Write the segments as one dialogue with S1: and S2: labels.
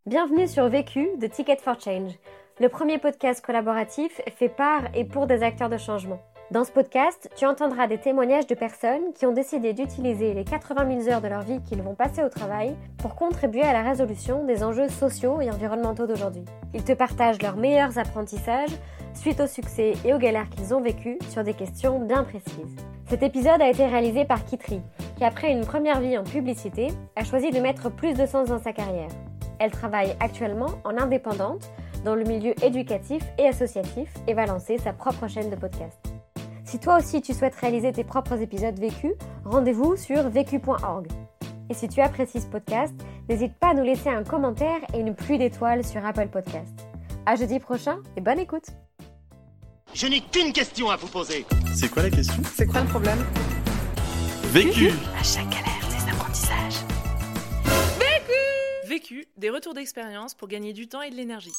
S1: Bienvenue sur Vécu de Ticket for Change, le premier podcast collaboratif fait par et pour des acteurs de changement. Dans ce podcast, tu entendras des témoignages de personnes qui ont décidé d'utiliser les 80 000 heures de leur vie qu'ils vont passer au travail pour contribuer à la résolution des enjeux sociaux et environnementaux d'aujourd'hui. Ils te partagent leurs meilleurs apprentissages suite au succès et aux galères qu'ils ont vécues sur des questions bien précises. Cet épisode a été réalisé par Kitri, qui après une première vie en publicité, a choisi de mettre plus de sens dans sa carrière. Elle travaille actuellement en indépendante dans le milieu éducatif et associatif et va lancer sa propre chaîne de podcast. Si toi aussi tu souhaites réaliser tes propres épisodes vécus, rendez-vous sur vécu.org. Et si tu apprécies ce podcast, n'hésite pas à nous laisser un commentaire et une pluie d'étoiles sur Apple Podcast. À jeudi prochain et bonne écoute.
S2: Je n'ai qu'une question à vous poser.
S3: C'est quoi la question ?
S4: C'est quoi le problème ?
S3: Vécu.
S5: À chaque galère, des apprentissages.
S4: Vécu, des retours d'expérience pour gagner du temps et de l'énergie.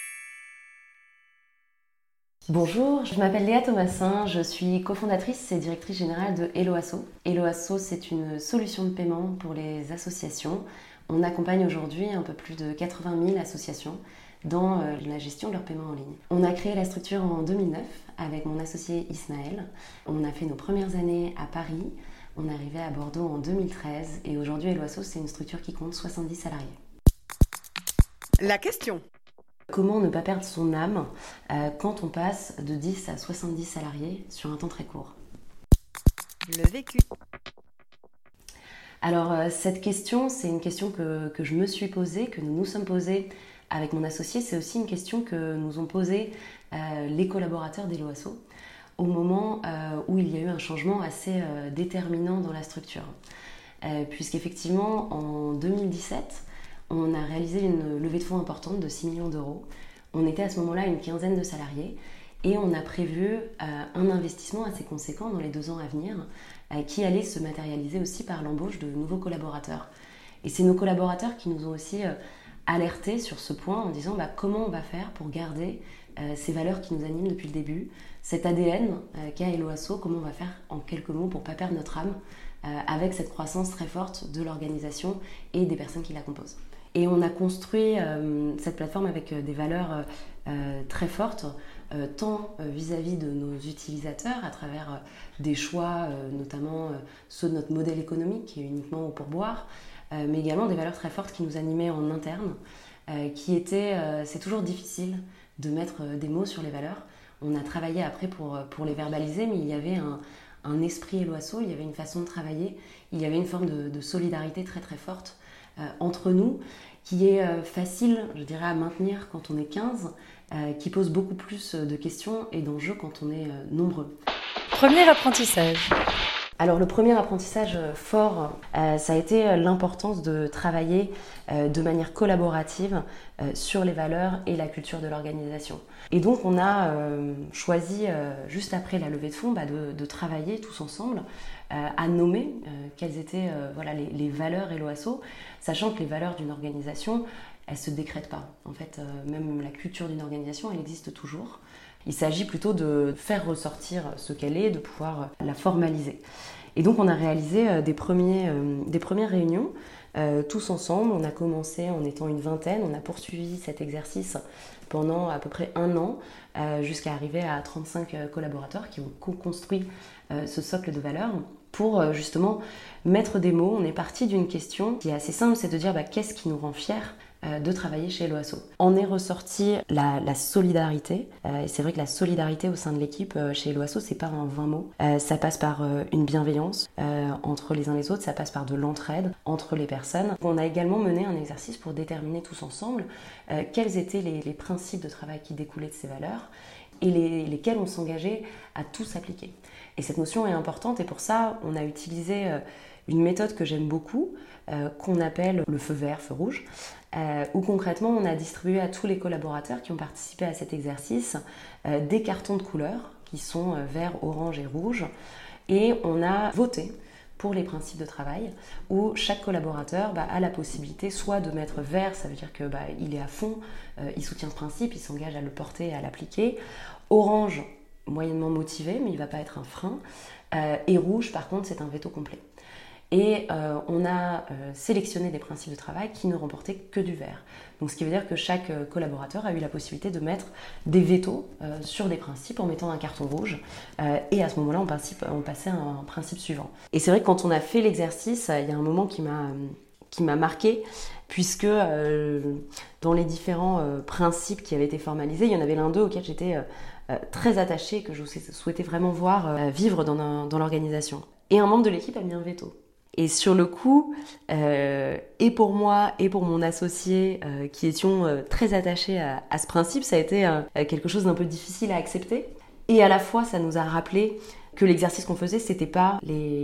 S6: Bonjour, je m'appelle Léa Thomasin, je suis cofondatrice et directrice générale de Hello Asso. Hello Asso, c'est une solution de paiement pour les associations. On accompagne aujourd'hui un peu plus de 80 000 associations dans la gestion de leur paiement en ligne. On a créé la structure en 2009 avec mon associé Ismaël. On a fait nos premières années à Paris. On est arrivé à Bordeaux en 2013 et aujourd'hui Hello Asso, c'est une structure qui compte 70 salariés.
S4: La question.
S6: Comment ne pas perdre son âme quand on passe de 10 à 70 salariés sur un temps très court ?
S5: Le vécu.
S6: Alors cette question, c'est une question que je me suis posée, que nous nous sommes posés avec mon associé. C'est aussi une question que nous ont posée les collaborateurs d'Hello Asso au moment où il y a eu un changement assez déterminant dans la structure. Puisqu'effectivement, en 2017, on a réalisé une levée de fonds importante de 6 millions d'euros. On était à ce moment-là une quinzaine de salariés et on a prévu un investissement assez conséquent dans les 2 ans à venir qui allait se matérialiser aussi par l'embauche de nouveaux collaborateurs. Et c'est nos collaborateurs qui nous ont aussi alertés sur ce point en disant comment on va faire pour garder ces valeurs qui nous animent depuis le début, cet ADN qu'a Hello Asso, comment on va faire en quelques mots pour ne pas perdre notre âme avec cette croissance très forte de l'organisation et des personnes qui la composent. Et on a construit cette plateforme avec des valeurs très fortes, tant vis-à-vis de nos utilisateurs, à travers des choix, notamment ceux de notre modèle économique qui est uniquement au pourboire, mais également des valeurs très fortes qui nous animaient en interne, qui étaient, c'est toujours difficile de mettre des mots sur les valeurs. On a travaillé après pour les verbaliser, mais il y avait un esprit Hello Asso, il y avait une façon de travailler, il y avait une forme de solidarité très très forte entre nous, qui est facile, je dirais, à maintenir quand on est 15, qui pose beaucoup plus de questions et d'enjeux quand on est nombreux.
S5: Premier apprentissage.
S6: Alors le premier apprentissage fort, ça a été l'importance de travailler de manière collaborative sur les valeurs et la culture de l'organisation. Et donc on a choisi, juste après la levée de fonds, de travailler tous ensemble à nommer quelles étaient les valeurs Hello Asso, sachant que les valeurs d'une organisation, elles ne se décrètent pas. En fait, même la culture d'une organisation, elle existe toujours. Il s'agit plutôt de faire ressortir ce qu'elle est, de pouvoir la formaliser. Et donc on a réalisé des premières réunions tous ensemble. On a commencé en étant une vingtaine, on a poursuivi cet exercice pendant à peu près 1 an jusqu'à arriver à 35 collaborateurs qui ont co-construit ce socle de valeurs pour justement mettre des mots. On est parti d'une question qui est assez simple, c'est de dire qu'est-ce qui nous rend fiers de travailler chez Hello Asso. En est ressorti la solidarité. Et c'est vrai que la solidarité au sein de l'équipe chez Hello Asso, c'est pas un vain mot. Ça passe par une bienveillance entre les uns et les autres, ça passe par de l'entraide entre les personnes. On a également mené un exercice pour déterminer tous ensemble quels étaient les principes de travail qui découlaient de ces valeurs et lesquels on s'engageait à tous appliquer. Et cette notion est importante et pour ça, on a utilisé une méthode que j'aime beaucoup, qu'on appelle le feu vert, feu rouge, où concrètement on a distribué à tous les collaborateurs qui ont participé à cet exercice des cartons de couleurs qui sont vert, orange et rouge, et on a voté pour les principes de travail où chaque collaborateur a la possibilité soit de mettre vert, ça veut dire que il est à fond, il soutient ce principe, il s'engage à le porter et à l'appliquer, orange, moyennement motivé mais il ne va pas être un frein, et rouge par contre c'est un veto complet. Et on a sélectionné des principes de travail qui ne remportaient que du vert. Donc ce qui veut dire que chaque collaborateur a eu la possibilité de mettre des vétos sur des principes en mettant un carton rouge. Et à ce moment-là, on passait à un principe suivant. Et c'est vrai que quand on a fait l'exercice, il y a un moment qui m'a marqué, puisque dans les différents principes qui avaient été formalisés, il y en avait l'un d'eux auquel j'étais très attachée, que je souhaitais vraiment voir vivre dans l'organisation. Et un membre de l'équipe a mis un veto. Et sur le coup, et pour moi et pour mon associé qui étions très attachés à ce principe, ça a été quelque chose d'un peu difficile à accepter. Et à la fois, ça nous a rappelé que l'exercice qu'on faisait, c'était pas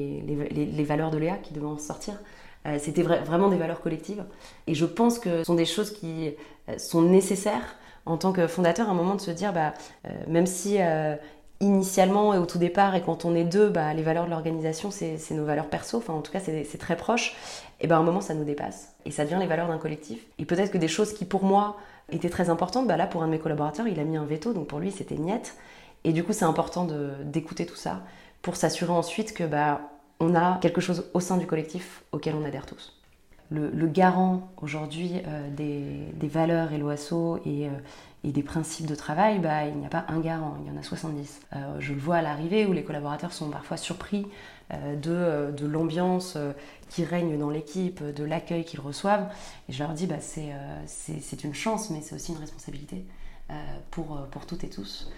S6: les valeurs de Léa qui devaient en sortir, c'était vraiment des valeurs collectives. Et je pense que ce sont des choses qui sont nécessaires en tant que fondateur, à un moment de se dire, même si initialement et au tout départ, et quand on est deux, les valeurs de l'organisation, c'est nos valeurs perso, enfin en tout cas c'est très proche, et à un moment ça nous dépasse, et ça devient les valeurs d'un collectif. Et peut-être que des choses qui pour moi étaient très importantes, là pour un de mes collaborateurs, il a mis un veto, donc pour lui c'était niette, et du coup c'est important d'écouter tout ça, pour s'assurer ensuite que on a quelque chose au sein du collectif auquel on adhère tous. Le garant aujourd'hui des valeurs et l'OASO et des principes de travail, il n'y a pas un garant, il y en a 70. Je le vois à l'arrivée où les collaborateurs sont parfois surpris de l'ambiance qui règne dans l'équipe, de l'accueil qu'ils reçoivent. Et je leur dis, c'est une chance, mais c'est aussi une responsabilité pour toutes et tous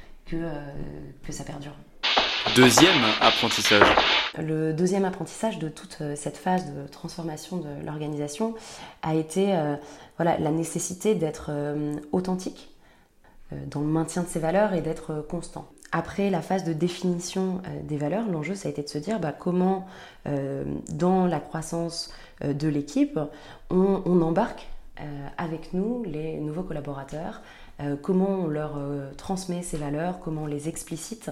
S6: que ça perdure.
S3: Deuxième apprentissage.
S6: Le deuxième apprentissage de toute cette phase de transformation de l'organisation a été la nécessité d'être authentique dans le maintien de ces valeurs et d'être constant. Après la phase de définition des valeurs, l'enjeu ça a été de se dire comment dans la croissance de l'équipe on embarque avec nous les nouveaux collaborateurs, comment on leur transmet ces valeurs, comment on les explicite.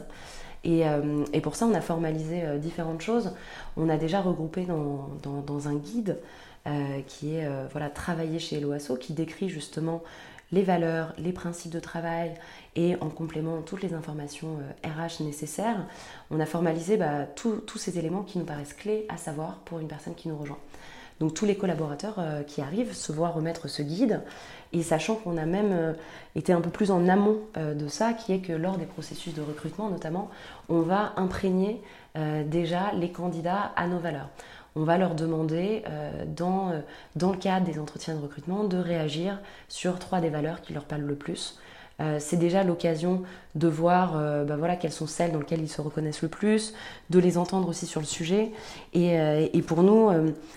S6: Et pour ça, on a formalisé différentes choses. On a déjà regroupé dans un guide qui est travaillé chez l'OASO, qui décrit justement les valeurs, les principes de travail et en complément toutes les informations RH nécessaires. On a formalisé tous ces éléments qui nous paraissent clés à savoir pour une personne qui nous rejoint. Donc tous les collaborateurs qui arrivent se voient remettre ce guide, et sachant qu'on a même été un peu plus en amont de ça, qui est que lors des processus de recrutement notamment, on va imprégner déjà les candidats à nos valeurs. On va leur demander, dans le cadre des entretiens de recrutement, de réagir sur 3 des valeurs qui leur parlent le plus. C'est déjà l'occasion de voir quelles sont celles dans lesquelles ils se reconnaissent le plus, de les entendre aussi sur le sujet. Et pour nous,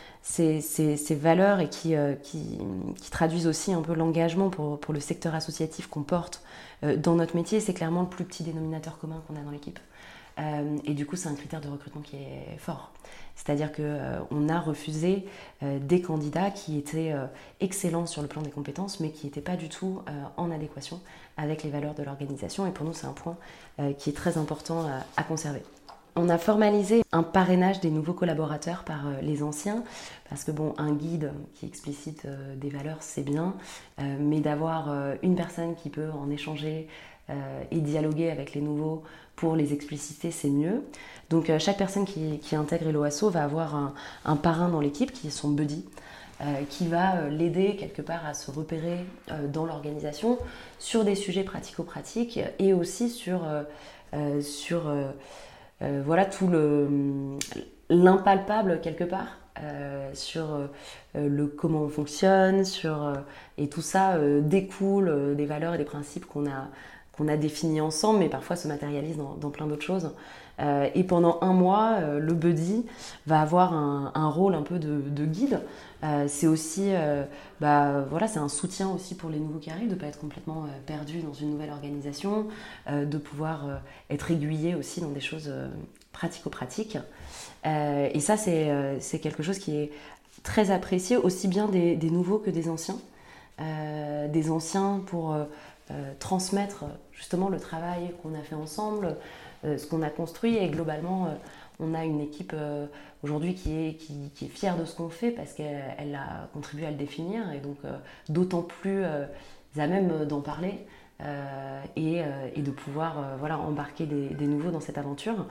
S6: ces valeurs et qui traduisent aussi un peu l'engagement pour le secteur associatif qu'on porte dans notre métier, c'est clairement le plus petit dénominateur commun qu'on a dans l'équipe. Et du coup, c'est un critère de recrutement qui est fort. C'est-à-dire qu'on a refusé des candidats qui étaient excellents sur le plan des compétences, mais qui n'étaient pas du tout en adéquation avec les valeurs de l'organisation. Et pour nous, c'est un point qui est très important à conserver. On a formalisé un parrainage des nouveaux collaborateurs par les anciens, parce que un guide qui explicite des valeurs, c'est bien, mais d'avoir une personne qui peut en échanger et dialoguer avec les nouveaux pour les expliciter, c'est mieux. Donc chaque personne qui intègre l'OASO va avoir un parrain dans l'équipe qui est son buddy, qui va l'aider quelque part à se repérer dans l'organisation sur des sujets pratico-pratiques et aussi sur tout l'impalpable quelque part, sur le comment on fonctionne, et tout ça découle des valeurs et des principes qu'on a définis ensemble, mais parfois se matérialise dans plein d'autres choses. Et pendant 1 mois, le buddy va avoir un rôle un peu de guide. C'est aussi, c'est un soutien aussi pour les nouveaux qui arrivent, de ne pas être complètement perdu dans une nouvelle organisation, de pouvoir être aiguillé aussi dans des choses pratico-pratiques. Et ça, c'est quelque chose qui est très apprécié, aussi bien des nouveaux que des anciens. Des anciens pour transmettre justement le travail qu'on a fait ensemble, ce qu'on a construit, et globalement on a une équipe aujourd'hui qui est fière de ce qu'on fait parce qu'elle a contribué à le définir, et donc d'autant plus à même d'en parler et de pouvoir embarquer des nouveaux dans cette aventure.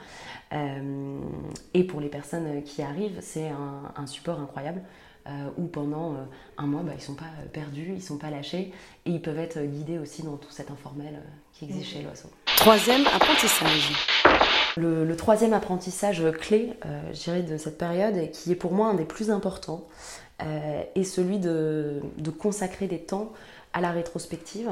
S6: Et pour les personnes qui arrivent, c'est un support incroyable où pendant un mois, ils ne sont pas perdus, ils ne sont pas lâchés et ils peuvent être guidés aussi dans tout cet informel qui existe chez l'OASSO.
S5: Troisième apprentissage.
S6: Le troisième apprentissage clé, je dirais, de cette période, et qui est pour moi un des plus importants, est celui de consacrer des temps à la rétrospective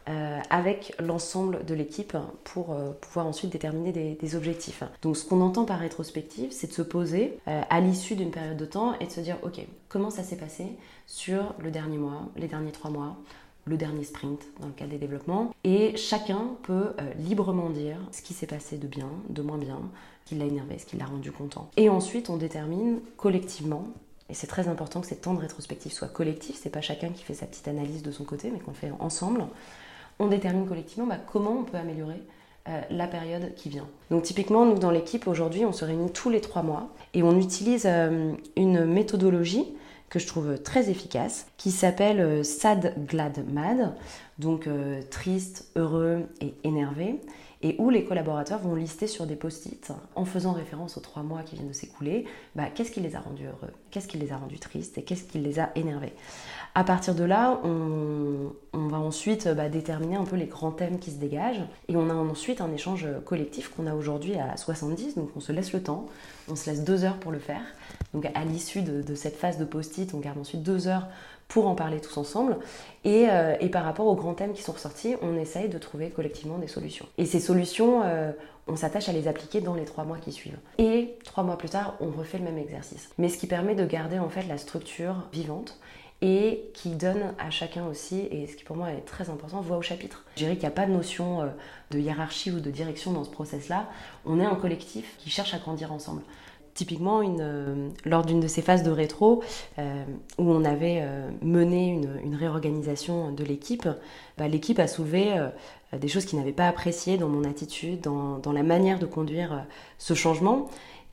S6: avec l'ensemble de l'équipe pour pouvoir ensuite déterminer des objectifs. Donc ce qu'on entend par rétrospective, c'est de se poser à l'issue d'une période de temps et de se dire ok, comment ça s'est passé sur le dernier mois, les derniers 3 mois, le dernier sprint dans le cadre des développements, et chacun peut librement dire ce qui s'est passé de bien, de moins bien, ce qui l'a énervé, ce qui l'a rendu content. Et ensuite on détermine collectivement. Et c'est très important que ces temps de rétrospective soient collectifs, c'est pas chacun qui fait sa petite analyse de son côté, mais qu'on le fait ensemble. On détermine collectivement comment on peut améliorer la période qui vient. Donc typiquement, nous dans l'équipe aujourd'hui, on se réunit tous les 3 mois et on utilise une méthodologie que je trouve très efficace, qui s'appelle SAD, GLAD, MAD, donc triste, heureux et énervé, et où les collaborateurs vont lister sur des post-it, en faisant référence aux 3 mois qui viennent de s'écouler, qu'est-ce qui les a rendus heureux, qu'est-ce qui les a rendus tristes et qu'est-ce qui les a énervés. À partir de là, on va ensuite déterminer un peu les grands thèmes qui se dégagent, et on a ensuite un échange collectif qu'on a aujourd'hui à 70, donc on se laisse le temps, on se laisse 2 heures pour le faire. Donc à l'issue de cette phase de post-it, on garde ensuite 2 heures pour en parler tous ensemble. Et par rapport aux grands thèmes qui sont ressortis, on essaye de trouver collectivement des solutions. Et ces solutions, on s'attache à les appliquer dans les 3 mois qui suivent. Et 3 mois plus tard, on refait le même exercice. Mais ce qui permet de garder en fait la structure vivante et qui donne à chacun aussi, et ce qui pour moi est très important, voix au chapitre. Je dirais qu'il n'y a pas de notion de hiérarchie ou de direction dans ce process-là. On est un collectif qui cherche à grandir ensemble. Typiquement, lors d'une de ces phases de rétro, où on avait mené une réorganisation de l'équipe, l'équipe a soulevé des choses qu'ils n'avaient pas appréciées dans mon attitude, dans la manière de conduire ce changement.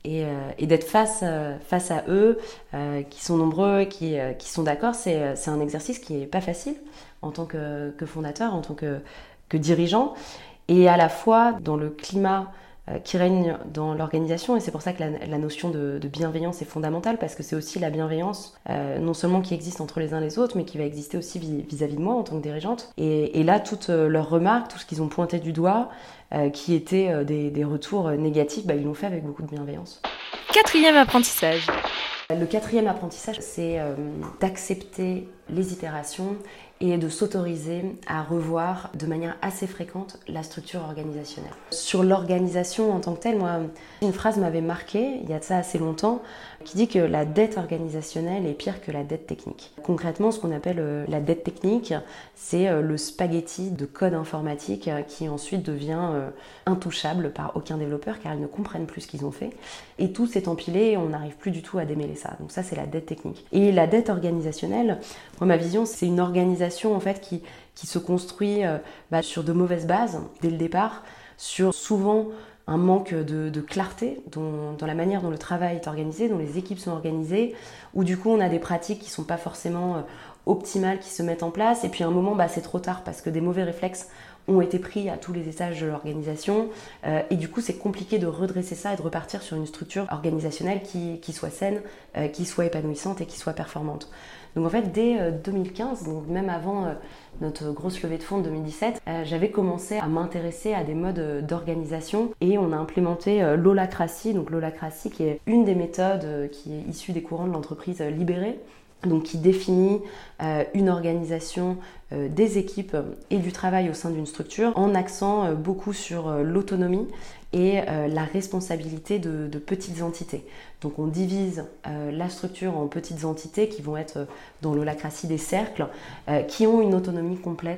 S6: Et d'être face à eux, qui sont nombreux, qui sont d'accord, c'est un exercice qui n'est pas facile en tant que fondateur, en tant que dirigeant, et à la fois dans le climat qui règne dans l'organisation. Et c'est pour ça que la notion de bienveillance est fondamentale, parce que c'est aussi la bienveillance non seulement qui existe entre les uns et les autres, mais qui va exister aussi vis-à-vis de moi en tant que dirigeante. Et là, toutes leurs remarques, tout ce qu'ils ont pointé du doigt, qui étaient des retours négatifs, ils l'ont fait avec beaucoup de bienveillance.
S5: Quatrième apprentissage.
S6: Le quatrième apprentissage, c'est d'accepter les itérations et de s'autoriser à revoir de manière assez fréquente la structure organisationnelle. Sur l'organisation en tant que telle, moi, une phrase m'avait marquée, il y a de ça assez longtemps, qui dit que la dette organisationnelle est pire que la dette technique. Concrètement, ce qu'on appelle la dette technique, c'est le spaghetti de code informatique qui ensuite devient intouchable par aucun développeur, car ils ne comprennent plus ce qu'ils ont fait. Et tout s'est empilé et on n'arrive plus du tout à démêler ça. Donc ça, c'est la dette technique. Et la dette organisationnelle, moi, ma vision, c'est une organisation en fait qui se construit sur de mauvaises bases dès le départ, sur souvent un manque de clarté dans la manière dont le travail est organisé, dont les équipes sont organisées, où du coup on a des pratiques qui ne sont pas forcément optimales qui se mettent en place, et puis à un moment c'est trop tard parce que des mauvais réflexes ont été pris à tous les étages de l'organisation, et du coup c'est compliqué de redresser ça et de repartir sur une structure organisationnelle qui soit saine, qui soit épanouissante et qui soit performante. Donc en fait dès 2015, donc même avant notre grosse levée de fonds de 2017, j'avais commencé à m'intéresser à des modes d'organisation, et on a implémenté l'holacratie, donc l'holacratie qui est une des méthodes qui est issue des courants de l'entreprise libérée, donc qui définit une organisation des équipes et du travail au sein d'une structure en axant beaucoup sur l'autonomie et la responsabilité de petites entités. Donc on divise la structure en petites entités qui vont être dans l'holacratie des cercles, qui ont une autonomie complète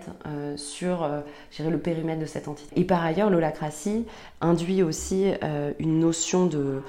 S6: sur le périmètre de cette entité. Et par ailleurs, l'holacratie induit aussi une notion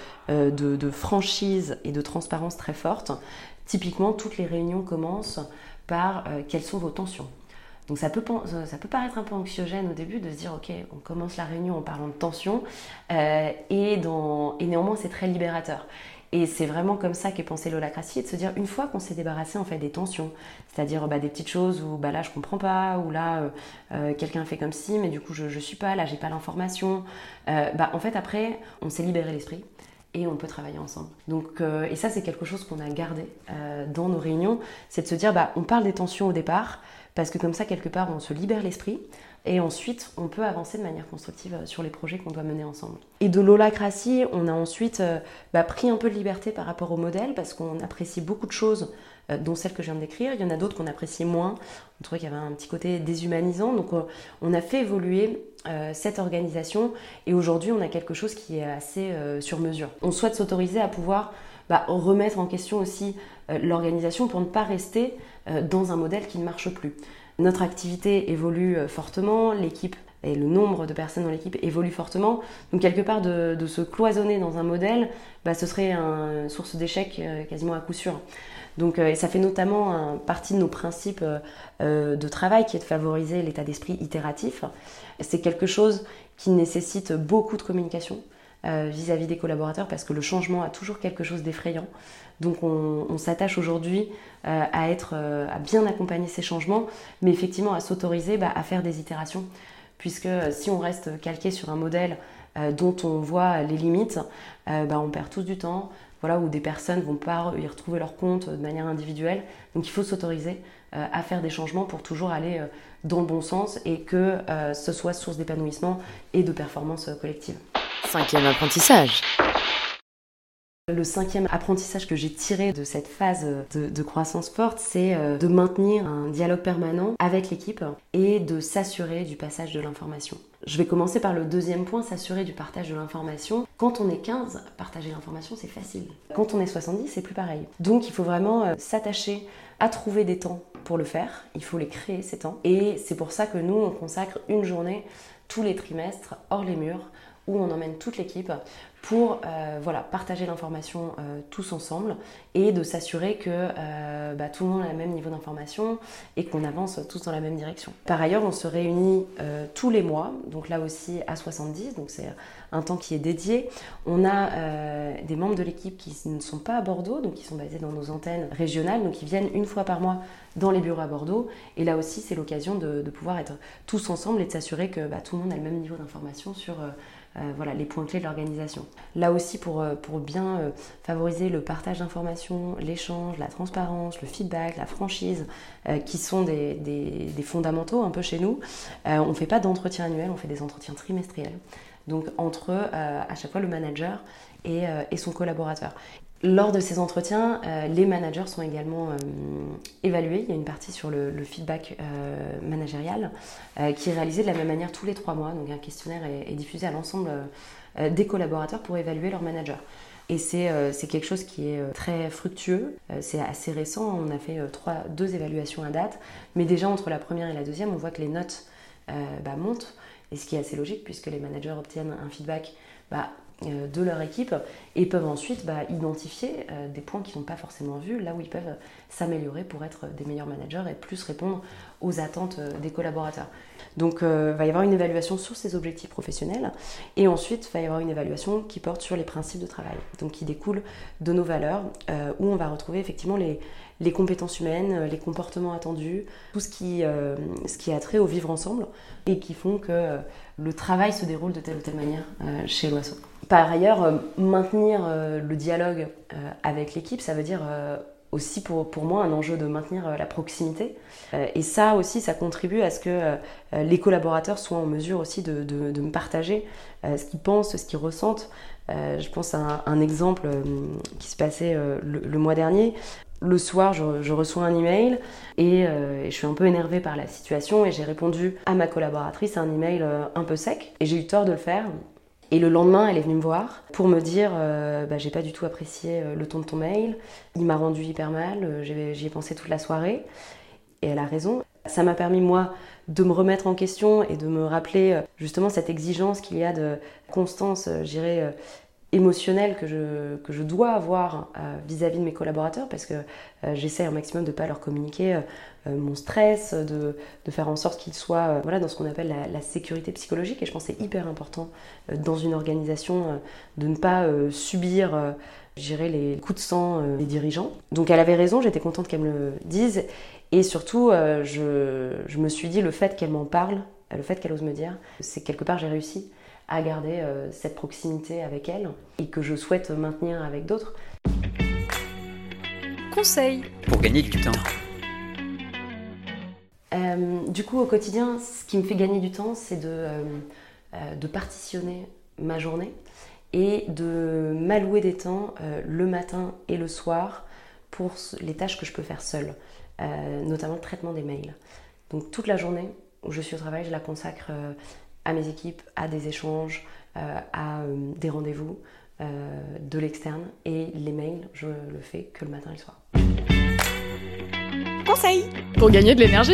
S6: de franchise et de transparence très forte. Typiquement, toutes les réunions commencent par quelles sont vos tensions. Donc ça peut paraître un peu anxiogène au début de se dire ok, on commence la réunion en parlant de tension, et néanmoins c'est très libérateur. Et c'est vraiment comme ça qu'est pensée l'holacratie, de se dire une fois qu'on s'est débarrassé en fait des tensions, c'est-à-dire des petites choses où là je comprends pas, ou là quelqu'un fait comme si, mais du coup je suis pas, là j'ai pas l'information. En fait après on s'est libéré l'esprit et on peut travailler ensemble. Donc, et ça c'est quelque chose qu'on a gardé dans nos réunions, c'est de se dire on parle des tensions au départ, parce que comme ça quelque part on se libère l'esprit. Et ensuite, on peut avancer de manière constructive sur les projets qu'on doit mener ensemble. Et de l'holacratie, on a ensuite pris un peu de liberté par rapport au modèle parce qu'on apprécie beaucoup de choses, dont celles que je viens de décrire. Il y en a d'autres qu'on apprécie moins. On trouvait qu'il y avait un petit côté déshumanisant. Donc, on a fait évoluer cette organisation et aujourd'hui, on a quelque chose qui est assez sur mesure. On souhaite s'autoriser à pouvoir remettre en question aussi l'organisation pour ne pas rester dans un modèle qui ne marche plus. Notre activité évolue fortement, l'équipe et le nombre de personnes dans l'équipe évolue fortement. Donc quelque part de se cloisonner dans un modèle, ce serait une source d'échec quasiment à coup sûr. Donc et ça fait notamment partie de nos principes de travail qui est de favoriser l'état d'esprit itératif. C'est quelque chose qui nécessite beaucoup de communication vis-à-vis des collaborateurs parce que le changement a toujours quelque chose d'effrayant. Donc on s'attache aujourd'hui à bien accompagner ces changements, mais effectivement à s'autoriser à faire des itérations, puisque si on reste calqué sur un modèle dont on voit les limites, on perd tous du temps, où des personnes ne vont pas y retrouver leur compte de manière individuelle. Donc il faut s'autoriser à faire des changements pour toujours aller dans le bon sens et que ce soit source d'épanouissement et de performance collective.
S5: 5e apprentissage.
S6: Le 5e apprentissage que j'ai tiré de cette phase de croissance forte, c'est de maintenir un dialogue permanent avec l'équipe et de s'assurer du passage de l'information. Je vais commencer par le 2e point, s'assurer du partage de l'information. Quand on est 15, partager l'information, c'est facile. Quand on est 70, c'est plus pareil. Donc il faut vraiment s'attacher à trouver des temps pour le faire. Il faut les créer, ces temps. Et c'est pour ça que nous, on consacre une journée tous les trimestres, hors les murs, où on emmène toute l'équipe pour partager l'information tous ensemble et de s'assurer que tout le monde a le même niveau d'information et qu'on avance tous dans la même direction. Par ailleurs, on se réunit tous les mois, donc là aussi à 70, donc c'est un temps qui est dédié. On a des membres de l'équipe qui ne sont pas à Bordeaux, donc qui sont basés dans nos antennes régionales, donc ils viennent une fois par mois dans les bureaux à Bordeaux. Et là aussi, c'est l'occasion de pouvoir être tous ensemble et de s'assurer que tout le monde a le même niveau d'information sur les points clés de l'organisation. Là aussi, pour bien favoriser le partage d'informations, l'échange, la transparence, le feedback, la franchise, qui sont des fondamentaux un peu chez nous, on ne fait pas d'entretien annuel, on fait des entretiens trimestriels. Donc entre à chaque fois le manager et son collaborateur. Lors de ces entretiens, les managers sont également évalués. Il y a une partie sur le feedback managérial qui est réalisé de la même manière tous les 3 mois. Donc un questionnaire est diffusé à l'ensemble des collaborateurs pour évaluer leur manager. Et c'est quelque chose qui est très fructueux. C'est assez récent, on a fait 2 évaluations à date. Mais déjà entre la première et la deuxième, on voit que les notes montent. Et ce qui est assez logique puisque les managers obtiennent un feedback de leur équipe et peuvent ensuite identifier des points qu'ils n'ont pas forcément vus, là où ils peuvent s'améliorer pour être des meilleurs managers et plus répondre aux attentes des collaborateurs. Donc il va y avoir une évaluation sur ces objectifs professionnels et ensuite il va y avoir une évaluation qui porte sur les principes de travail, donc qui découlent de nos valeurs, où on va retrouver effectivement les compétences humaines, les comportements attendus, tout ce qui a trait au vivre ensemble et qui font que le travail se déroule de telle ou telle manière chez Loiseau. Par ailleurs, maintenir le dialogue avec l'équipe, ça veut dire aussi pour moi un enjeu de maintenir la proximité. Et ça aussi, ça contribue à ce que les collaborateurs soient en mesure aussi de me partager ce qu'ils pensent, ce qu'ils ressentent. Je pense à un exemple qui se passait le mois dernier. Le soir, je reçois un email et je suis un peu énervée par la situation et j'ai répondu à ma collaboratrice à un email un peu sec et j'ai eu tort de le faire. Et le lendemain, elle est venue me voir pour me dire j'ai pas du tout apprécié le ton de ton mail, il m'a rendu hyper mal, j'y ai pensé toute la soirée. Et elle a raison. Ça m'a permis, moi, de me remettre en question et de me rappeler justement cette exigence qu'il y a de constance, émotionnelle que je dois avoir vis-à-vis de mes collaborateurs, parce que j'essaie un maximum de ne pas leur communiquer mon stress, de faire en sorte qu'ils soient dans ce qu'on appelle la sécurité psychologique. Et je pense que c'est hyper important dans une organisation de ne pas subir les coups de sang des dirigeants. Donc elle avait raison, j'étais contente qu'elle me le dise. Et surtout, je me suis dit, le fait qu'elle m'en parle, le fait qu'elle ose me dire, c'est que quelque part j'ai réussi à garder cette proximité avec elle et que je souhaite maintenir avec d'autres.
S4: Conseil
S3: Pour gagner du temps.
S6: Du coup, au quotidien, ce qui me fait gagner du temps, c'est de partitionner ma journée et de m'allouer des temps le matin et le soir pour les tâches que je peux faire seule, notamment le traitement des mails. Donc toute la journée où je suis au travail, je la consacre à mes équipes, à des échanges, à des rendez-vous de l'externe. Et les mails, je le fais que le matin et le soir.
S4: Conseil pour gagner de l'énergie.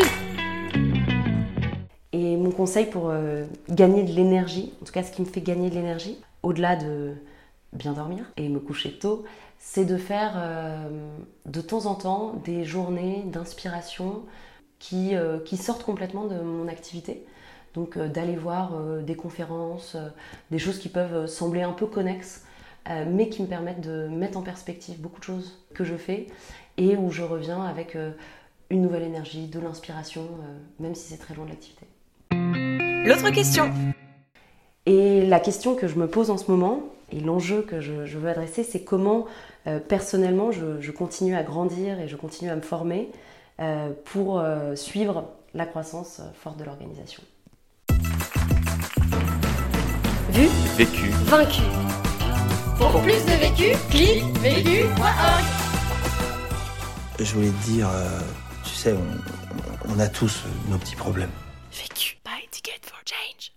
S6: Et mon conseil pour gagner de l'énergie, en tout cas ce qui me fait gagner de l'énergie, au-delà de bien dormir et me coucher tôt, c'est de faire de temps en temps des journées d'inspiration qui sortent complètement de mon activité. Donc d'aller voir des conférences, des choses qui peuvent sembler un peu connexes, mais qui me permettent de mettre en perspective beaucoup de choses que je fais et où je reviens avec une nouvelle énergie, de l'inspiration, même si c'est très loin de l'activité.
S4: L'autre question.
S6: Et la question que je me pose en ce moment, et l'enjeu que je veux adresser, c'est comment personnellement je continue à grandir et je continue à me former pour suivre la croissance forte de l'organisation.
S1: Vu,
S3: Vécu.
S1: vaincu.
S7: Pour plus de vécu, clique vécu.org.
S8: Je voulais te dire, tu sais, on a tous nos petits problèmes.
S4: Vécu. Buy ticket for change.